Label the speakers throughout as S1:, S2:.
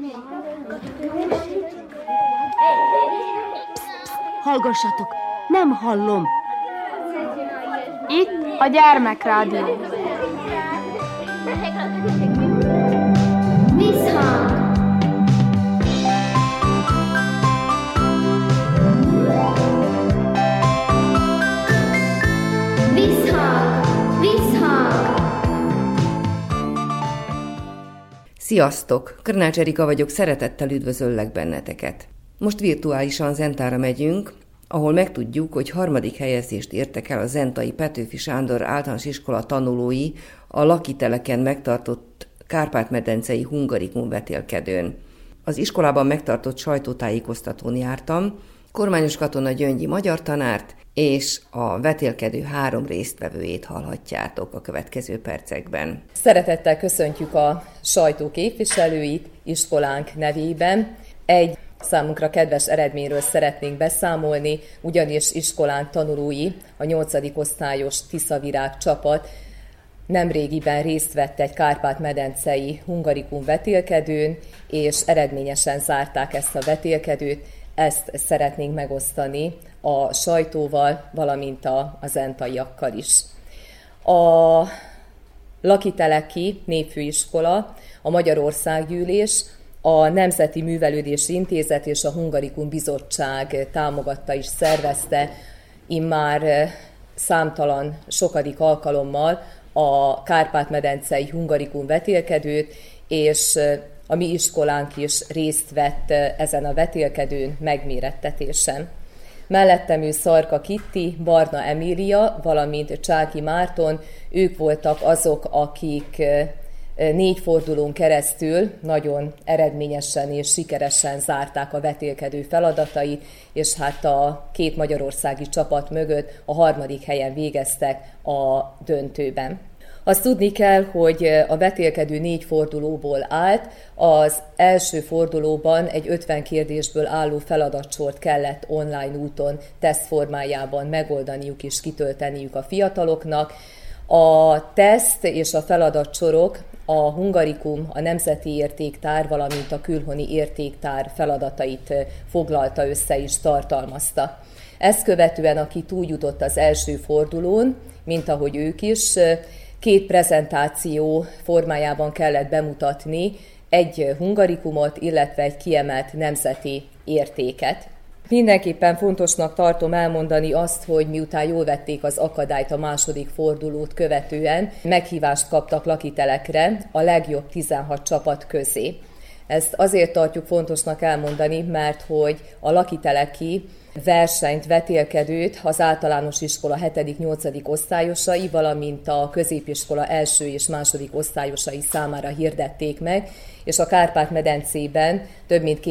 S1: Hallgassatok, nem hallom.
S2: Itt a Gyermekrádió.
S3: Visszhang. Visszhang. Visszhang.
S4: Sziasztok! Körnács Erika vagyok, szeretettel üdvözöllek benneteket. Most virtuálisan Zentára megyünk, ahol megtudjuk, hogy 3. helyezést értek el a zentai Petőfi Sándor általános iskola tanulói a lakiteleken megtartott Kárpát-medencei Hungarikum vetélkedőn. Az iskolában megtartott sajtótájékoztatón jártam, Kormányos Katona Gyöngyi magyar tanárt és a vetélkedő 3 résztvevőjét hallhatjátok a következő percekben.
S5: Szeretettel köszöntjük a sajtó képviselőit iskolánk nevében. Egy számunkra kedves eredményről szeretnénk beszámolni, ugyanis iskolánk tanulói, a 8. osztályos Tiszavirág csapat nemrégiben részt vett egy Kárpát-medencei Hungarikum vetélkedőn, és eredményesen zárták ezt a vetélkedőt. Ezt szeretnénk megosztani a sajtóval, valamint a zentaiakkal is. A Lakiteleki Népfőiskola, a Magyarországgyűlés, a Nemzeti Művelődési Intézet és a Hungarikum Bizottság támogatta és szervezte immár számtalan sokadik alkalommal a Kárpát-medencei Hungarikum vetélkedőt, és a mi iskolánk is részt vett ezen a vetélkedőn, megmérettetésen. Mellettem ő Szarka Kitti, Barna Emília, valamint Csáki Márton, ők voltak azok, akik 4 fordulón keresztül nagyon eredményesen és sikeresen zárták a vetélkedő feladatait, és hát a 2 magyarországi csapat mögött a 3. helyen végeztek a döntőben. Azt tudni kell, hogy a vetélkedő 4 fordulóból állt, az első fordulóban egy 50 kérdésből álló feladatsort kellett online úton, teszt formájában megoldaniuk és kitölteniük a fiataloknak. A teszt és a feladatsorok a Hungarikum, a Nemzeti Értéktár, valamint a Külhoni Értéktár feladatait foglalta össze és tartalmazta. Ezt követően, aki túljutott az első fordulón, mint ahogy ők is, 2 prezentáció formájában kellett bemutatni egy hungarikumot, illetve egy kiemelt nemzeti értéket. Mindenképpen fontosnak tartom elmondani azt, hogy miután jól vették az akadályt a második fordulót követően, meghívást kaptak lakitelekre a legjobb 16 csapat közé. Ezt azért tartjuk fontosnak elmondani, mert hogy a lakiteleki versenyt, vetélkedőt az általános iskola 7.-8. osztályosai, valamint a középiskola első és második osztályosai számára hirdették meg, és a Kárpát-medencében több mint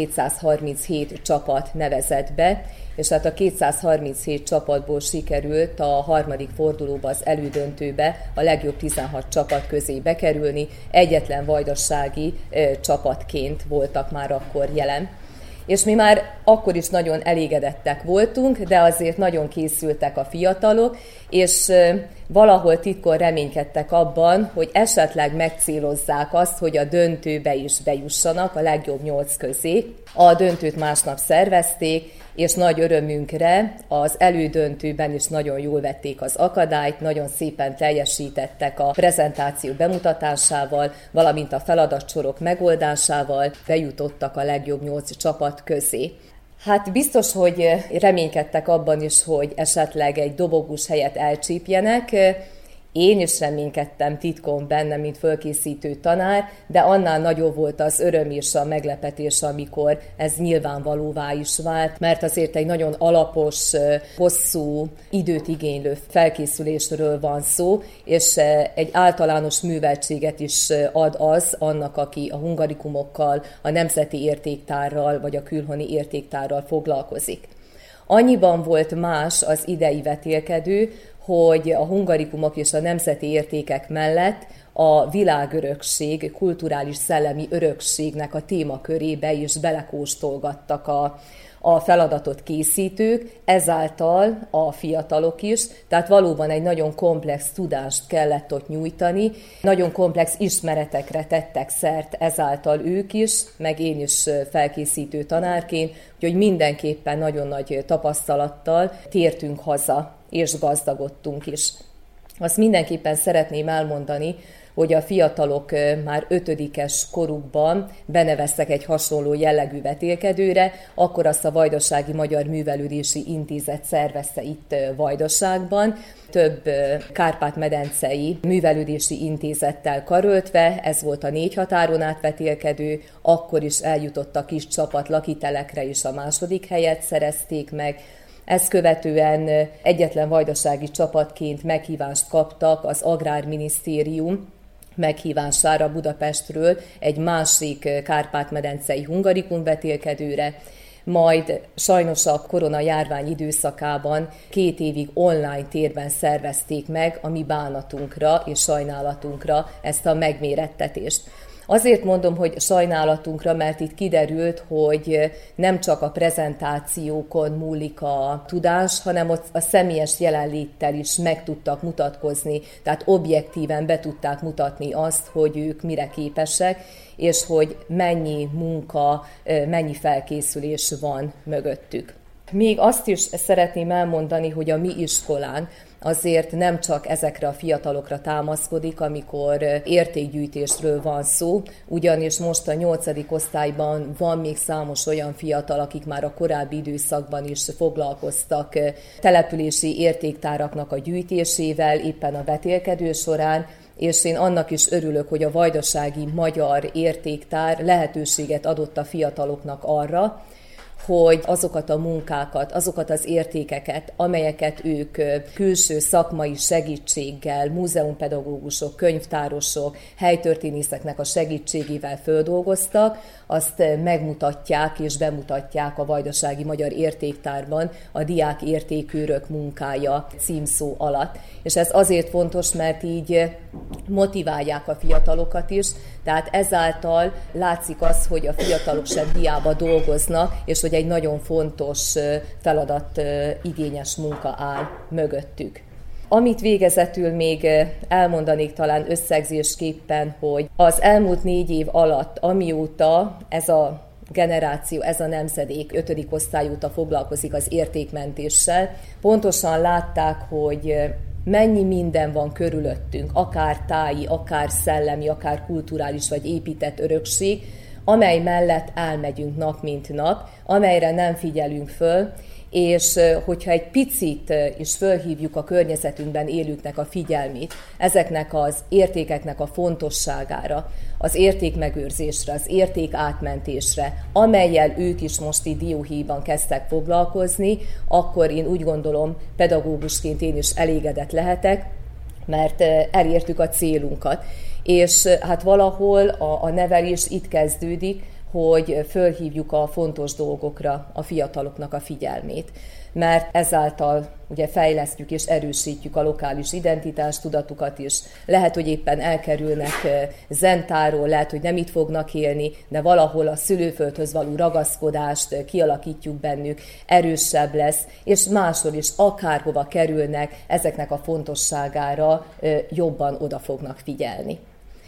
S5: 237 csapat nevezett be, és hát a 237 csapatból sikerült a 3. fordulóba, az elődöntőbe a legjobb 16 csapat közé bekerülni, egyetlen vajdasági csapatként voltak már akkor jelen. És mi már akkor is nagyon elégedettek voltunk, de azért nagyon készültek a fiatalok, és valahol titkon reménykedtek abban, hogy esetleg megcélozzák azt, hogy a döntőbe is bejussanak, a legjobb 8 közé. A döntőt másnap szervezték, és nagy örömünkre az elődöntőben is nagyon jól vették az akadályt, nagyon szépen teljesítettek a prezentáció bemutatásával, valamint a feladatsorok megoldásával, bejutottak a legjobb 8 csapat közé. Hát biztos, hogy reménykedtek abban is, hogy esetleg egy dobogós helyet elcsípjenek. Én is reménykedtem titkon benne, mint fölkészítő tanár, de annál nagyobb volt az öröm és a meglepetés, amikor ez nyilvánvalóvá is vált, mert azért egy nagyon alapos, hosszú, időt igénylő felkészülésről van szó, és egy általános műveltséget is ad az annak, aki a hungarikumokkal, a Nemzeti Értéktárral vagy a Külhoni Értéktárral foglalkozik. Annyiban volt más az idei vetélkedő, hogy a hungarikumok és a nemzeti értékek mellett a világörökség, kulturális szellemi örökségnek a témakörébe is belekóstolgattak a feladatot készítők, ezáltal a fiatalok is, tehát valóban egy nagyon komplex tudást kellett ott nyújtani, nagyon komplex ismeretekre tettek szert ezáltal ők is, meg én is felkészítő tanárként, úgyhogy mindenképpen nagyon nagy tapasztalattal tértünk haza, és gazdagodtunk is. Azt mindenképpen szeretném elmondani, hogy a fiatalok már 5-es korukban beneveztek egy hasonló jellegű vetélkedőre, akkor azt a Vajdasági Magyar Művelődési Intézet szervezte itt Vajdaságban, több kárpát-medencei művelődési intézettel karöltve, ez volt a 4 határon át vetélkedő, akkor is eljutott a kis csapat lakitelekre is, a 2. helyet szerezték meg. Ezt követően egyetlen vajdasági csapatként meghívást kaptak az Agrárminisztérium meghívására Budapestről egy másik kárpát-medencei hungarikum vetélkedőre, majd sajnos a koronajárvány időszakában 2 évig online térben szervezték meg a mi bánatunkra és sajnálatunkra ezt a megmérettetést. Azért mondom, hogy sajnálatunkra, mert itt kiderült, hogy nem csak a prezentációkon múlik a tudás, hanem ott a személyes jelenléttel is meg tudtak mutatkozni, tehát objektíven be tudták mutatni azt, hogy ők mire képesek, és hogy mennyi munka, mennyi felkészülés van mögöttük. Még azt is szeretném elmondani, hogy a mi iskolánk azért nem csak ezekre a fiatalokra támaszkodik, amikor értékgyűjtésről van szó, ugyanis most a 8. osztályban van még számos olyan fiatal, akik már a korábbi időszakban is foglalkoztak települési értéktáraknak a gyűjtésével, éppen a vetélkedő során, és én annak is örülök, hogy a Vajdasági Magyar Értéktár lehetőséget adott a fiataloknak arra, hogy azokat a munkákat, azokat az értékeket, amelyeket ők külső szakmai segítséggel, múzeumpedagógusok, könyvtárosok, helytörténészeknek a segítségével földolgoztak, azt megmutatják és bemutatják a Vajdasági Magyar Értéktárban a Diák Értékőrök munkája címszó alatt. És ez azért fontos, mert így motiválják a fiatalokat is, tehát ezáltal látszik az, hogy a fiatalok sem hiába dolgoznak, és hogy egy nagyon fontos feladat igényes munka áll mögöttük. Amit végezetül még elmondanék talán összegzésképpen, hogy az elmúlt 4 év alatt, amióta ez a generáció, ez a nemzedék 5. osztály óta foglalkozik az értékmentéssel, pontosan látták, hogy mennyi minden van körülöttünk, akár táji, akár szellemi, akár kulturális vagy épített örökség, amely mellett elmegyünk nap mint nap, amelyre nem figyelünk föl, és hogyha egy picit is fölhívjuk a környezetünkben élőknek a figyelmét ezeknek az értékeknek a fontosságára, az értékmegőrzésre, az értékátmentésre, amellyel ők is most így dióhéjban kezdtek foglalkozni, akkor én úgy gondolom, pedagógusként én is elégedett lehetek, mert elértük a célunkat. És hát valahol a nevelés itt kezdődik, hogy fölhívjuk a fontos dolgokra a fiataloknak a figyelmét. Mert ezáltal ugye fejlesztjük és erősítjük a lokális identitástudatukat is. Lehet, hogy éppen elkerülnek zentáról, lehet, hogy nem itt fognak élni, de valahol a szülőföldhöz való ragaszkodást kialakítjuk bennük, erősebb lesz, és máshol is akárhova kerülnek, ezeknek a fontosságára jobban oda fognak figyelni.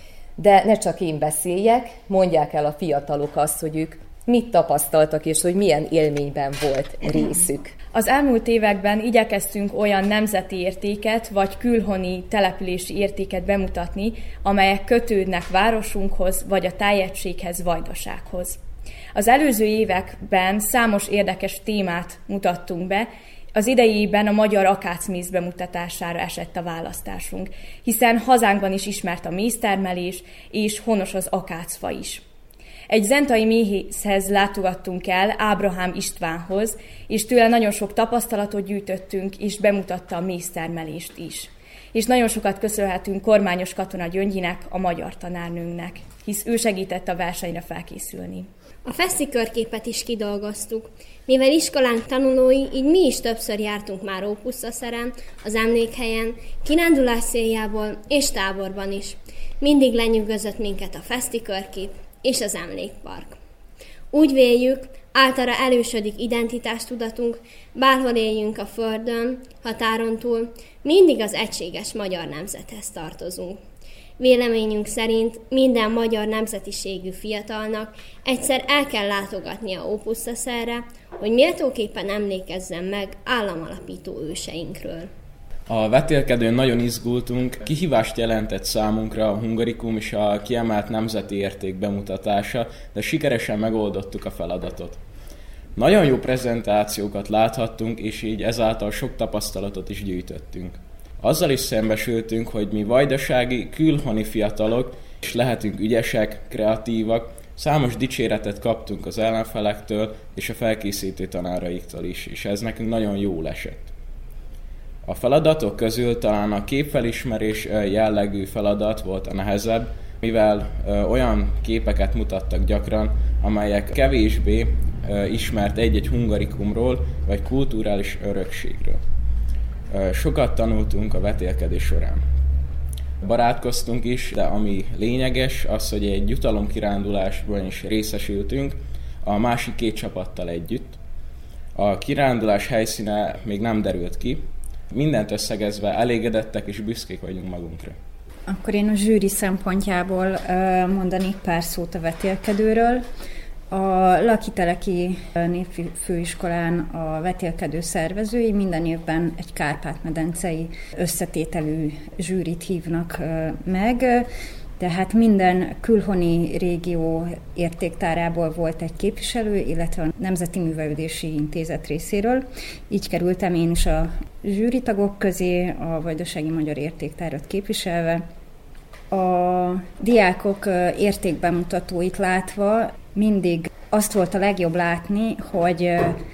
S5: De ne csak én beszéljek, mondják el a fiatalok azt, hogy ők mit tapasztaltak, és hogy milyen élményben volt részük.
S2: Az elmúlt években igyekeztünk olyan nemzeti értéket, vagy külhoni települési értéket bemutatni, amelyek kötődnek városunkhoz, vagy a tájegységhez, Vajdasághoz. Az előző években számos érdekes témát mutattunk be, az idejében a magyar akácméz bemutatására esett a választásunk, hiszen hazánkban is ismert a méztermelés, és honos az akácfa is. Egy zentai méhészhez látogattunk el, Ábrahám Istvánhoz, és tőle nagyon sok tapasztalatot gyűjtöttünk, és bemutatta a méztermelést is. És nagyon sokat köszönhetünk Kormányos Katona Gyöngyinek, a magyar tanárnőnknek. hisz ő segített a versenyre felkészülni.
S6: A feszti körképet is kidolgoztuk. Mivel iskolánk tanulói, így mi is többször jártunk már Ópusztaszeren, az emlékhelyen, kirándulás céljából és táborban is. Mindig lenyűgözött minket a feszti körkép és az emlékpark. Úgy véljük, általa elősödik identitástudatunk, bárhol éljünk a földön, határon túl, mindig az egységes magyar nemzethez tartozunk. Véleményünk szerint minden magyar nemzetiségű fiatalnak egyszer el kell látogatnia Ópusztaszerre, hogy méltóképpen emlékezzen meg államalapító őseinkről.
S7: A vetélkedőn nagyon izgultunk, kihívást jelentett számunkra a hungarikum és a kiemelt nemzeti érték bemutatása, de sikeresen megoldottuk a feladatot. Nagyon jó prezentációkat láthattunk, és így ezáltal sok tapasztalatot is gyűjtöttünk. Azzal is szembesültünk, hogy mi vajdasági, külhoni fiatalok, és lehetünk ügyesek, kreatívak, számos dicséretet kaptunk az ellenfelektől és a felkészítő tanáraiktól is, és ez nekünk nagyon jól esett. A feladatok közül talán a képfelismerés jellegű feladat volt a nehezebb, mivel olyan képeket mutattak gyakran, amelyek kevésbé ismert egy-egy hungarikumról vagy kulturális örökségről. Sokat tanultunk a vetélkedés során. Barátkoztunk is, de ami lényeges, az, hogy egy jutalomkirándulásban is részesültünk a másik 2 csapattal együtt. A kirándulás helyszíne még nem derült ki, mindent összegezve elégedettek és büszkék vagyunk magunkra.
S8: Akkor én a zsűri szempontjából mondanék pár szót a vetélkedőről. A Lakiteleki Népfőiskolán a vetélkedő szervezői minden évben egy Kárpát-medencei összetételű zsűrit hívnak meg, tehát minden külhoni régió értéktárából volt egy képviselő, illetve a Nemzeti Művelődési Intézet részéről. Így kerültem én is a zsűritagok közé, a Vajdasági Magyar Értéktárat képviselve. A diákok értékbemutatóit látva mindig azt volt a legjobb látni, hogy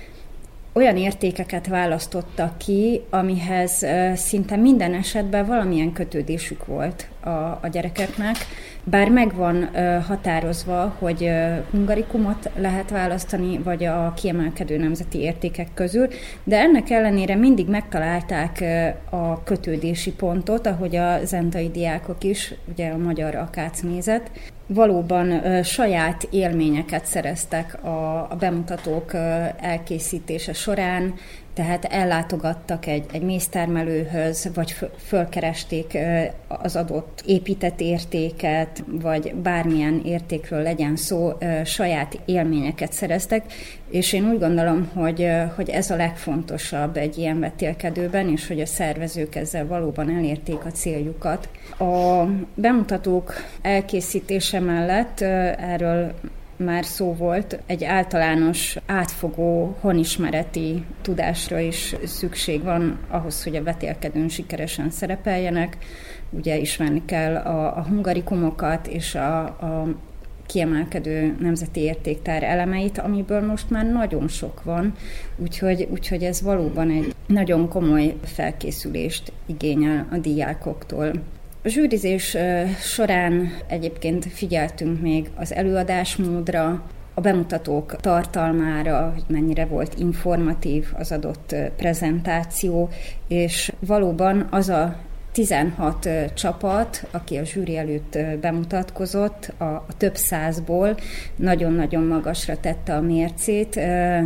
S8: olyan értékeket választottak ki, amihez szinte minden esetben valamilyen kötődésük volt a gyerekeknek. Bár meg van határozva, hogy hungarikumot lehet választani, vagy a kiemelkedő nemzeti értékek közül, de ennek ellenére mindig megtalálták a kötődési pontot, ahogy a zentai diákok is, ugye a magyar akácmézet. Valóban saját élményeket szereztek a bemutatók elkészítése során, tehát ellátogattak egy méztermelőhöz, vagy fölkeresték az adott épített értéket, vagy bármilyen értékről legyen szó, saját élményeket szereztek, és én úgy gondolom, hogy ez a legfontosabb egy ilyen vetélkedőben, és hogy a szervezők ezzel valóban elérték a céljukat. A bemutatók elkészítése mellett erről már szó volt, egy általános, átfogó honismereti tudásra is szükség van ahhoz, hogy a vetélkedőn sikeresen szerepeljenek. Ugye ismerni kell a hungarikumokat és a kiemelkedő nemzeti értéktár elemeit, amiből most már nagyon sok van, úgyhogy ez valóban egy nagyon komoly felkészülést igényel a diákoktól. A zsűrizés során egyébként figyeltünk még az előadásmódra, a bemutatók tartalmára, hogy mennyire volt informatív az adott prezentáció, és valóban az a 16 csapat, aki a zsűri előtt bemutatkozott, a több százból nagyon-nagyon magasra tette a mércét,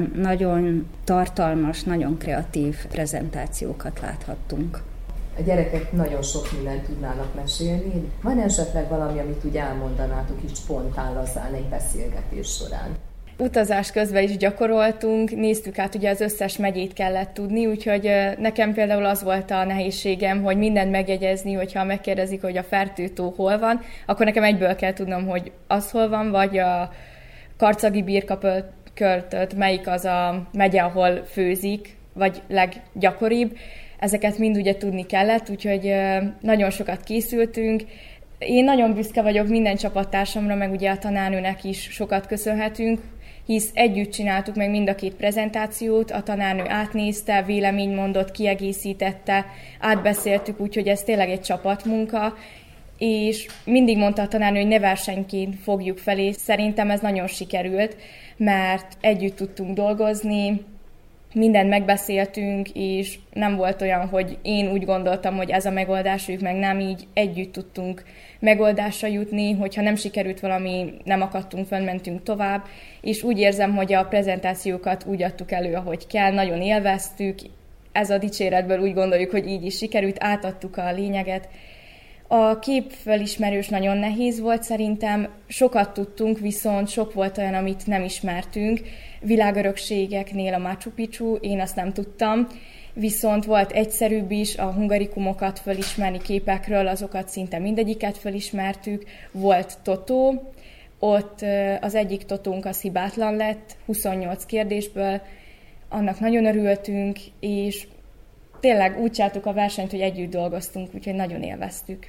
S8: nagyon tartalmas, nagyon kreatív prezentációkat láthattunk.
S5: A gyerekek nagyon sok mindent tudnának mesélni. Van esetleg valami, amit úgy elmondanátok is spontán, lazán egy beszélgetés során?
S2: Utazás közben is gyakoroltunk, néztük át, ugye az összes megyét kellett tudni, úgyhogy nekem például az volt a nehézségem, hogy mindent megjegyezni, hogyha megkérdezik, hogy a Fertőtó hol van, akkor nekem egyből kell tudnom, hogy az hol van, vagy a karcagi birkaköltöt, melyik az a megye, ahol főzik, vagy leggyakoribb. Ezeket mind ugye tudni kellett, úgyhogy nagyon sokat készültünk. Én nagyon büszke vagyok minden csapattársamra, meg ugye a tanárnőnek is sokat köszönhetünk, hisz együtt csináltuk meg mind a 2 prezentációt, a tanárnő átnézte, véleményt mondott, kiegészítette, átbeszéltük, úgyhogy ez tényleg egy csapatmunka, és mindig mondta a tanárnő, hogy ne versenyként fogjuk fel, és szerintem ez nagyon sikerült, mert együtt tudtunk dolgozni, mindent megbeszéltünk, és nem volt olyan, hogy én úgy gondoltam, hogy ez a megoldás, ők meg nem, így együtt tudtunk megoldásra jutni, hogyha nem sikerült valami, nem akadtunk fönn, mentünk tovább, és úgy érzem, hogy a prezentációkat úgy adtuk elő, ahogy kell, nagyon élveztük, ez a dicséretből úgy gondoljuk, hogy így is sikerült, átadtuk a lényeget. A képfelismerős nagyon nehéz volt szerintem, sokat tudtunk, viszont sok volt olyan, amit nem ismertünk. Világörökségeknél a Machu Picchu, én azt nem tudtam, viszont volt egyszerűbb is, a hungarikumokat felismerni képekről, azokat szinte mindegyiket felismertük. Volt totó, ott az egyik totónk az hibátlan lett, 28 kérdésből, annak nagyon örültünk, és tényleg úgy csináltuk a versenyt, hogy együtt dolgoztunk, úgyhogy nagyon élveztük.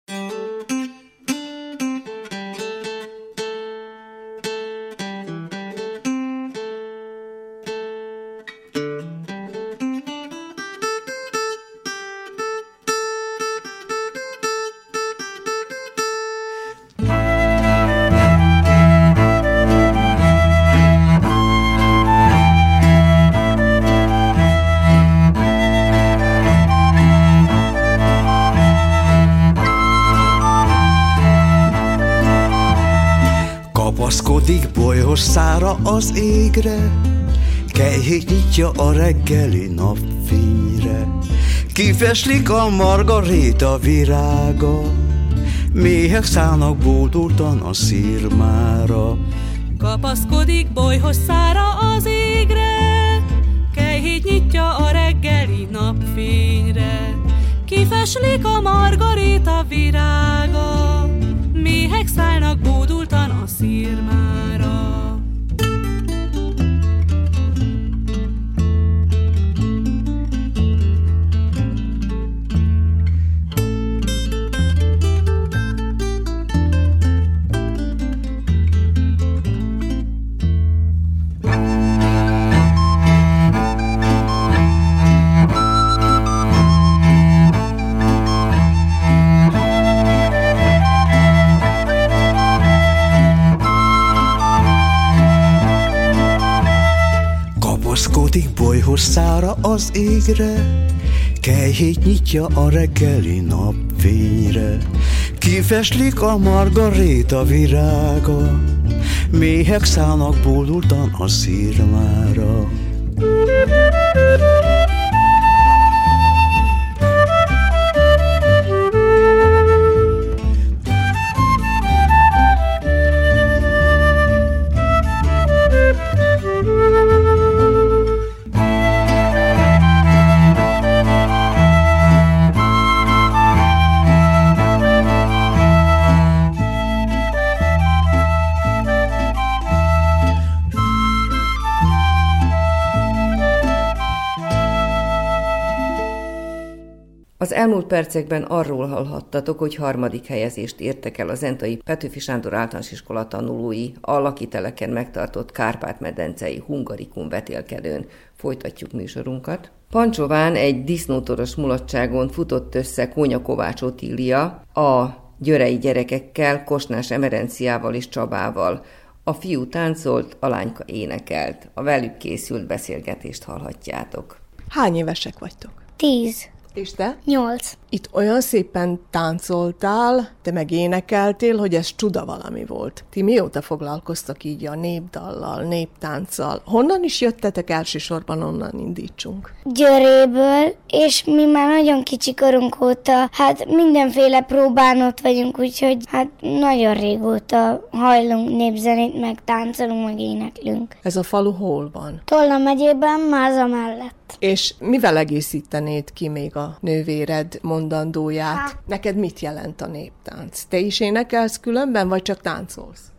S9: Kapaszkodik bolyhos szára az égre, kejhét nyitja a reggeli napfényre. Kifeslik a margaréta virága, méhek szállnak bódultan a szirmára.
S10: Kapaszkodik bolyhos szára az égre, kejhét nyitja a reggeli napfényre. Kifeslik a margaréta virága, méhek szállnak bódultan a szirmára.
S9: Kapaszkodik bolyhos szára az égre, kejhét nyitja a reggeli napfényre. Kifeslik a margaréta virága, méhek szállnak bódultan a szirmára.
S4: Az elmúlt percekben arról hallhattatok, hogy 3. helyezést értek el a zentai Petőfi Sándor Általános Iskola tanulói a lakiteleken megtartott Kárpát-medencei hungarikum vetélkedőn. Folytatjuk műsorunkat. Pancsován egy disznótoros mulatságon futott össze Kónya Kovács Otília a györei gyerekekkel, Kosnás Emerenciával és Csabával. A fiú táncolt, a lányka énekelt. A velük készült beszélgetést hallhatjátok.
S11: Hány évesek vagytok?
S3: 10.
S11: És te?
S3: 8.
S11: Itt olyan szépen táncoltál, te meg énekeltél, hogy ez csuda valami volt. Ti mióta foglalkoztak így a népdallal, néptánccal? Honnan is jöttetek elsősorban, onnan indítsunk?
S3: Győréből, és mi már nagyon kicsi korunk óta, hát mindenféle próbán ott vagyunk, úgyhogy hát nagyon régóta hajlunk népzenét, meg táncolunk, meg éneklünk.
S11: Ez a falu hol van?
S3: Tolna megyében, Máza mellett.
S11: És mivel egészítenéd ki még a nővéred mondandóját? Neked mit jelent a néptánc? Te is énekelsz különben, vagy csak táncolsz?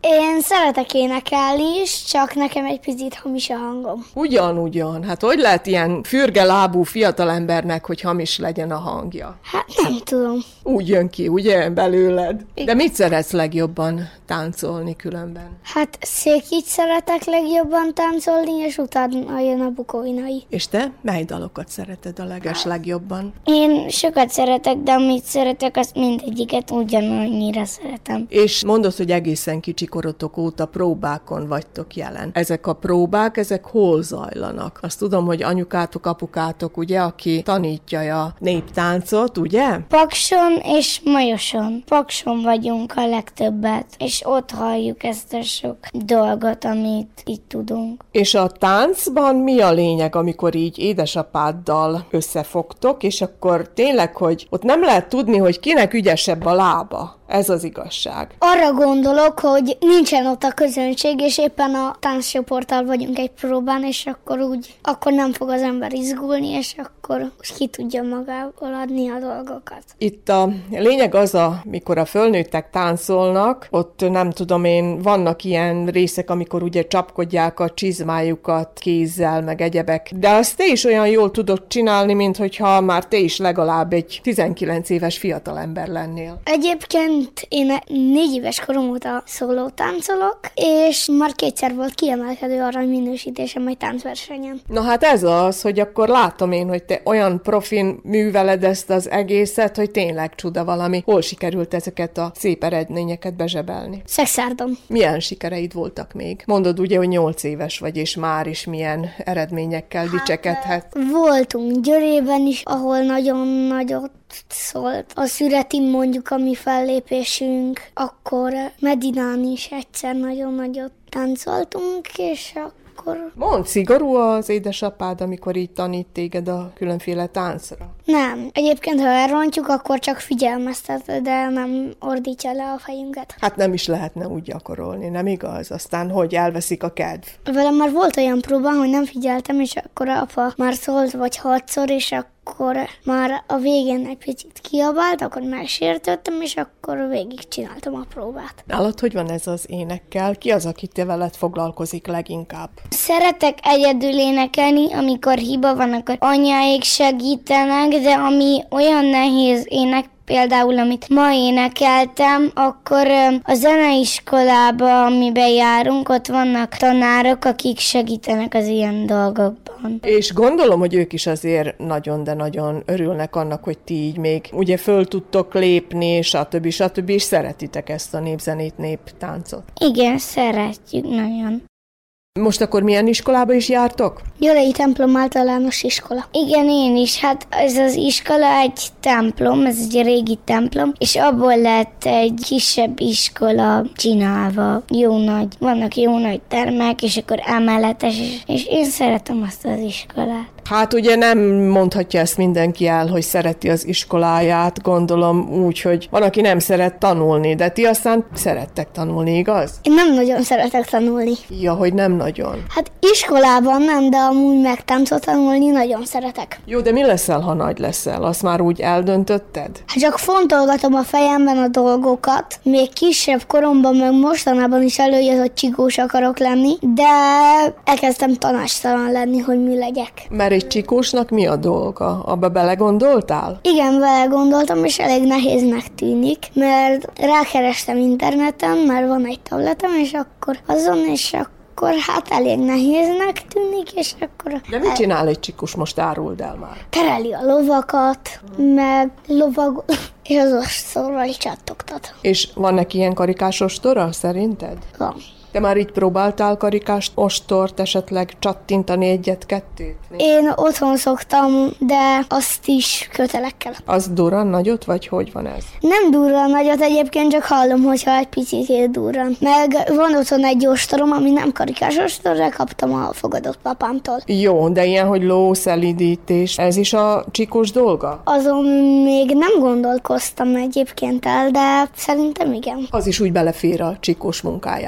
S3: Én szeretek énekelni is, csak nekem egy picit hamis a hangom.
S11: Ugyan. Hát hogy lehet ilyen fürgelábú fiatalembernek, hogy hamis legyen a hangja?
S3: Hát nem tudom.
S11: Úgy jön ki, ugye, belőled? De mit szeretsz legjobban táncolni különben?
S3: Hát székít szeretek legjobban táncolni, és utána jön a bukovinai.
S11: És te mely dalokat szereted a legjobban?
S3: Én sokat szeretek, de amit szeretek, azt mindegyiket ugyanannyira szeretem.
S11: És mondod, hogy egészen kicsi korotok óta próbákon vagytok jelen. Ezek a próbák, ezek hol zajlanak? Azt tudom, hogy anyukátok, apukátok, ugye, aki tanítja a néptáncot, ugye?
S3: Pakson és Majoson. Pakson vagyunk a legtöbbet, és ott halljuk ezt a sok dolgot, amit itt tudunk.
S11: És a táncban mi a lényeg, amikor így édesapáddal összefogtok, és akkor tényleg, hogy ott nem lehet tudni, hogy kinek ügyesebb a lába? Ez az igazság.
S3: Arra gondolok, hogy nincsen ott a közönség, és éppen a tánccsoporttal vagyunk egy próbán, és akkor nem fog az ember izgulni, és akkor ki tudja magából adni a dolgokat.
S11: Itt a lényeg az, amikor a fölnőttek táncolnak, ott nem tudom én, vannak ilyen részek, amikor ugye csapkodják a csizmájukat kézzel, meg egyebek, de azt te is olyan jól tudod csinálni, mint hogyha már te is legalább egy 19 éves fiatalember lennél.
S3: Egyébként én 4 éves korom óta szóló táncolok, és már 2-szer volt kiemelkedő aranyminősítésem egy táncversenyen.
S11: Na hát ez az, hogy akkor látom én, hogy te olyan profin műveled ezt az egészet, hogy tényleg csuda valami. Hol sikerült ezeket a szép eredményeket bezsebelni?
S3: Szexárdon.
S11: Milyen sikereid voltak még? Mondod ugye, hogy 8 éves vagy, és már is milyen eredményekkel dicsekedhet.
S3: Voltunk Győrében is, ahol nagyon nagyot szólt a szüretin mondjuk a mi fellépésünk, akkor Medinán is egyszer nagyon nagyot táncoltunk, és akkor...
S11: Mondd, szigorú az édesapád, amikor így tanít téged a különféle táncra?
S3: Nem. Egyébként, ha elrontjuk, akkor csak figyelmeztet, de nem ordítja le a fejünket.
S11: Hát nem is lehetne úgy gyakorolni, nem igaz? Aztán hogy elveszik a kedv?
S3: Velem már volt olyan próba, hogy nem figyeltem, és akkor apa már szólt vagy 6-szor, és akkor már a végén egy picit kiabált, akkor megsértöttem, és akkor végig csináltam a próbát.
S11: Nálad hogy van ez az énekkel? Ki az, aki te veled foglalkozik leginkább?
S3: Szeretek egyedül énekelni, amikor hiba van, akkor anyáik segítenek, de ami olyan nehéz ének, például, amit ma énekeltem, akkor a zeneiskolába, amiben járunk, ott vannak tanárok, akik segítenek az ilyen dolgokban.
S11: És gondolom, hogy ők is azért nagyon, de nagyon örülnek annak, hogy ti így még ugye föl tudtok lépni, stb. És szeretitek ezt a népzenét, néptáncot.
S3: Igen, szeretjük nagyon.
S11: Most akkor milyen iskolába is jártok?
S3: Győrei templom általános iskola. Igen, én is. Hát ez az iskola egy templom, ez egy régi templom, és abból lett egy kisebb iskola csinálva. Jó nagy. Vannak jó nagy termek, és akkor emeletes, és én szeretem azt az iskolát.
S11: Hát ugye nem mondhatja ezt mindenki el, hogy szereti az iskoláját, gondolom úgy, hogy van, aki nem szeret tanulni, de ti aztán szerettek tanulni, igaz?
S3: Én nem nagyon szeretek tanulni.
S11: Ja, hogy nem nagyon.
S3: Hát iskolában nem, de amúgy meg táncot tanulni nagyon szeretek.
S11: Jó, de mi leszel, ha nagy leszel? Azt már úgy eldöntötted?
S3: Hát csak fontolgatom a fejemben a dolgokat. Még kisebb koromban, meg mostanában is előjött, hogy csigós akarok lenni, de elkezdtem tanácstalan lenni, hogy mi legyek.
S11: Mert egy csikósnak mi a dolga? Abba belegondoltál?
S3: Igen, belegondoltam, és elég nehéznek tűnik, mert rákerestem interneten, már van egy tabletem, és akkor azon, és akkor hát elég nehéznek tűnik, és akkor...
S11: De mit csinál egy csikós, most áruld el már?
S3: Tereli a lovakat, meg lovagol, és az ostorral csattogtat.
S11: És van neki ilyen karikás ostora, szerinted?
S3: Van.
S11: Te már így próbáltál karikás ostort, esetleg csattintani 1-2?
S3: Én otthon szoktam, de azt is kötelekkel.
S11: Az durran nagyot, vagy hogy van ez?
S3: Nem durran nagyot, egyébként csak hallom, hogyha egy picit durran. Meg van otthon egy ostorom, ami nem karikás ostor, de kaptam a fogadott papámtól.
S11: Jó, de ilyen, hogy lószelidítés, ez is a csikós dolga?
S3: Azon még nem gondolkoztam egyébként el, de szerintem igen.
S11: Az is úgy belefér a csikós munkájába.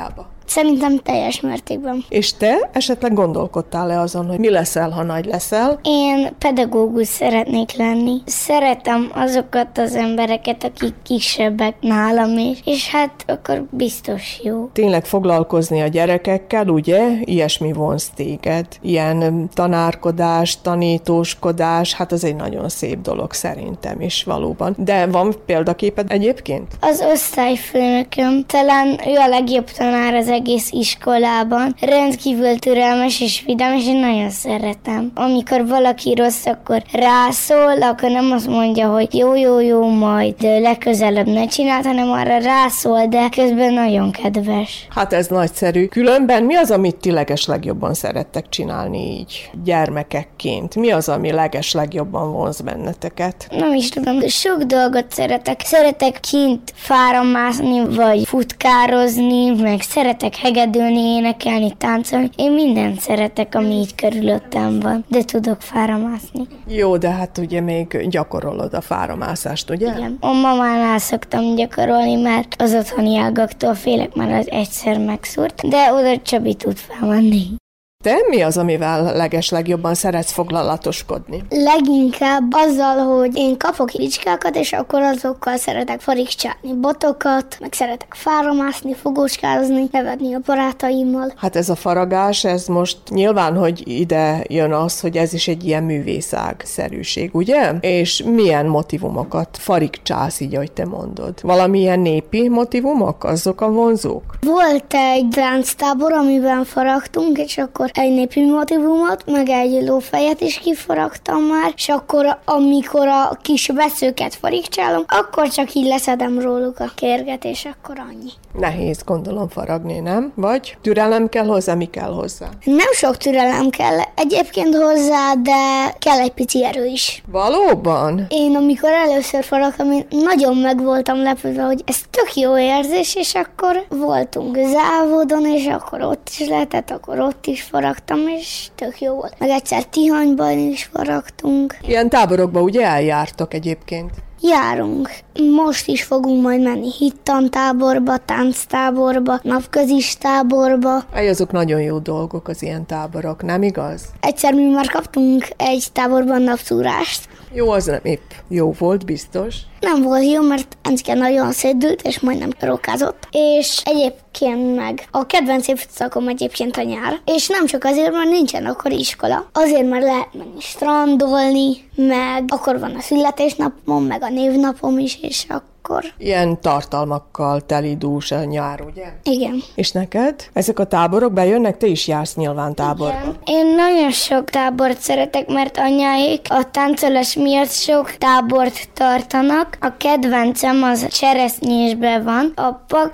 S3: Szerintem teljes mértékben.
S11: És te esetleg gondolkodtál-e azon, hogy mi leszel, ha nagy leszel?
S3: Én pedagógus szeretnék lenni. Szeretem azokat az embereket, akik kisebbek nálam is, és hát akkor biztos jó.
S11: Tényleg foglalkozni a gyerekekkel, ugye? Ilyesmi vonz téged. Ilyen tanárkodás, tanítóskodás, hát az egy nagyon szép dolog szerintem is valóban. De van példaképed egyébként?
S3: Az osztályfőnököm, talán ő a legjobb tanár az egész iskolában. Rendkívül türelmes és vidám, és én nagyon szeretem. Amikor valaki rossz, akkor rászól, akkor nem azt mondja, hogy jó, majd legközelebb ne csináld, hanem arra rászól, de közben nagyon kedves.
S11: Hát ez nagyszerű. Különben mi az, amit ti legeslegjobban szerettek csinálni így gyermekekként? Mi az, ami legeslegjobban vonz benneteket?
S3: Nem is tudom, sok dolgot szeretek. Szeretek kint fára mászni, vagy futkározni, meg szeretek hegedülni, énekelni, táncolni. Én mindent szeretek, ami így körülöttem van, de tudok fára mászni.
S11: Jó, de hát ugye még gyakorolod a fáramászást, ugye?
S3: Igen. A mamánál szoktam gyakorolni, mert az otthoni ágaktól félek, mert az egyszer megszúrt, de oda Csabi tud felmenni.
S11: Te mi az, amivel legeslegjobban szeretsz foglalatoskodni?
S3: Leginkább azzal, hogy én kapok ricskákat, és akkor azokkal szeretek farigcsálni botokat, meg szeretek fára mászni, fogócskázni, nevetni a barátaimmal.
S11: Hát ez a faragás, ez most nyilván, hogy ide jön az, hogy ez is egy ilyen művészág-szerűség, ugye? És milyen motivumokat farigcsász, így, ahogy te mondod? Valamilyen népi motivumok, azok a vonzók?
S3: Volt egy tánctábor, amiben faragtunk, és akkor egy népi motivumot, meg egy lófejet is kifaragtam már, és akkor, amikor a kis veszőket farigcsálom, akkor csak így leszedem róluk a kérget, és akkor annyi.
S11: Nehéz, gondolom, faragni, nem? Vagy türelem kell hozzá, mi kell hozzá?
S3: Nem sok türelem kell egyébként hozzá, de kell egy pici erő is.
S11: Valóban?
S3: Én amikor először faragtam, én nagyon meg voltam lepődve, hogy ez tök jó érzés, és akkor voltunk závodon, és akkor ott is lehetett, akkor ott is faragtam, és tök jó volt. Meg egyszer Tihanyban is faragtunk.
S11: Ilyen táborokba ugye eljártok egyébként?
S3: Járunk. Most is fogunk majd menni hittantáborba, tánctáborba, napközis táborba.
S11: Azok nagyon jó dolgok az ilyen táborok, nem igaz?
S3: Egyszer mi már kaptunk egy táborban napszúrást.
S11: Jó, az nem épp jó volt, biztos.
S3: Nem volt jó, mert Encke nagyon szédült, és majdnem rokázott. És egyébként meg a kedvenc évszakom egyébként a nyár. És nem csak azért, mert nincsen akkor iskola. Azért, mert lehet menni strandolni, meg akkor van a születésnapom, meg a névnapom is, és akkor...
S11: Ilyen tartalmakkal teli dús a nyár, ugye?
S3: Igen.
S11: És neked? Ezek a táborok bejönnek? Te is jársz nyilván táborba.
S3: Igen. Én nagyon sok tábort szeretek, mert anyáik a táncolás miatt sok tábort tartanak. A kedvencem az Cseresznyésben van. A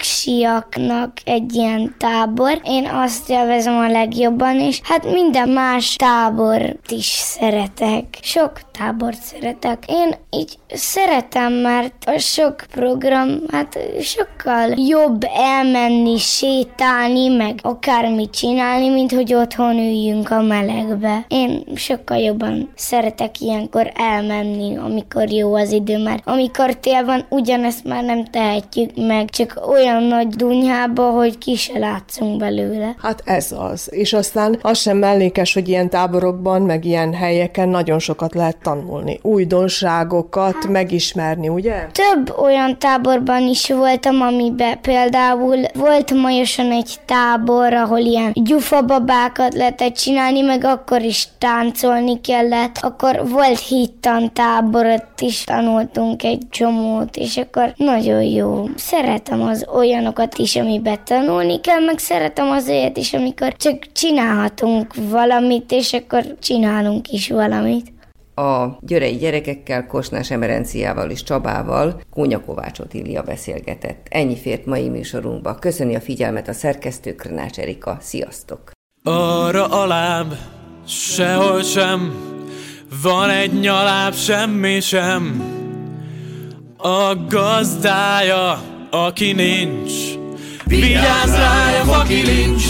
S3: paksiaknak egy ilyen tábor. Én azt élvezem a legjobban, és hát minden más tábort is szeretek. Sok tábort szeretek. Én így szeretem, mert a sok program, hát sokkal jobb elmenni, sétálni, meg akármit csinálni, mint hogy otthon üljünk a melegbe. Én sokkal jobban szeretek ilyenkor elmenni, amikor jó az idő, mert amikor tél van, ugyanezt már nem tehetjük meg, csak olyan nagy dunyhába, hogy ki se látszunk belőle.
S11: Hát ez az. És aztán az sem mellékes, hogy ilyen táborokban, meg ilyen helyeken nagyon sokat lehet tanulni. Újdonságokat megismerni, ugye?
S3: Több olyan táborban is voltam, amiben például volt Majoson egy tábor, ahol ilyen gyufababákat lehetett csinálni, meg akkor is táncolni kellett. Akkor volt hittan tábor, ott is tanultunk egy csomót, és akkor nagyon jó. Szeretem az olyanokat is, amiben tanulni kell, meg szeretem az olyat is, amikor csak csinálhatunk valamit, és akkor csinálunk is valamit.
S4: A györei gyerekekkel, Kosnás Emerenciával és Csabával Kónya Kovács Otília beszélgetett. Ennyi fért mai műsorunkba. Köszöni a figyelmet a szerkesztő, Krnács Erika. Sziasztok!
S12: Arra alább, sehol sem, van egy nyaláb, semmi sem. A gazdája, aki nincs, vigyázz rája, fakilincs.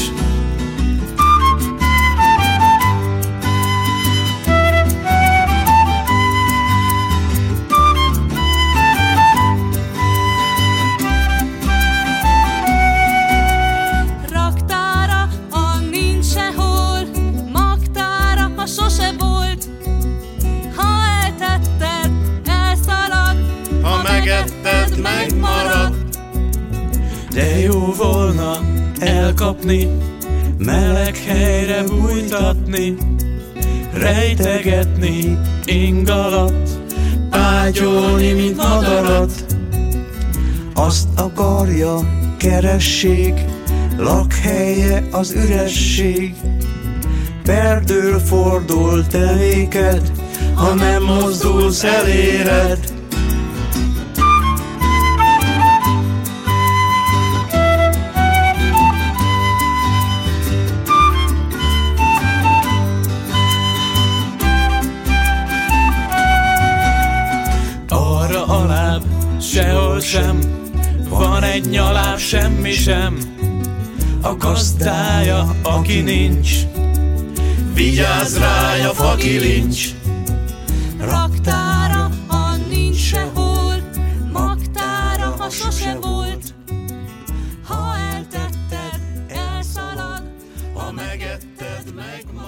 S12: elkapni, meleg helyre bújtatni, rejtegetni ing alatt, ágyolni, mint madarat.
S9: Azt akarja, keressék, lakhelye az üresség. Perdől fordul tevéked, ha nem mozdulsz eléred.
S12: Arra alább, sehol sem, van egy nyaláb, semmi sem. A gazdája, aki nincs, vigyázz rája, fakilincs.
S10: Raktára, ha nincs sehol, magtára, ha sose volt. Ha eltetted, elszalad,
S12: Ha megetted, megmarad.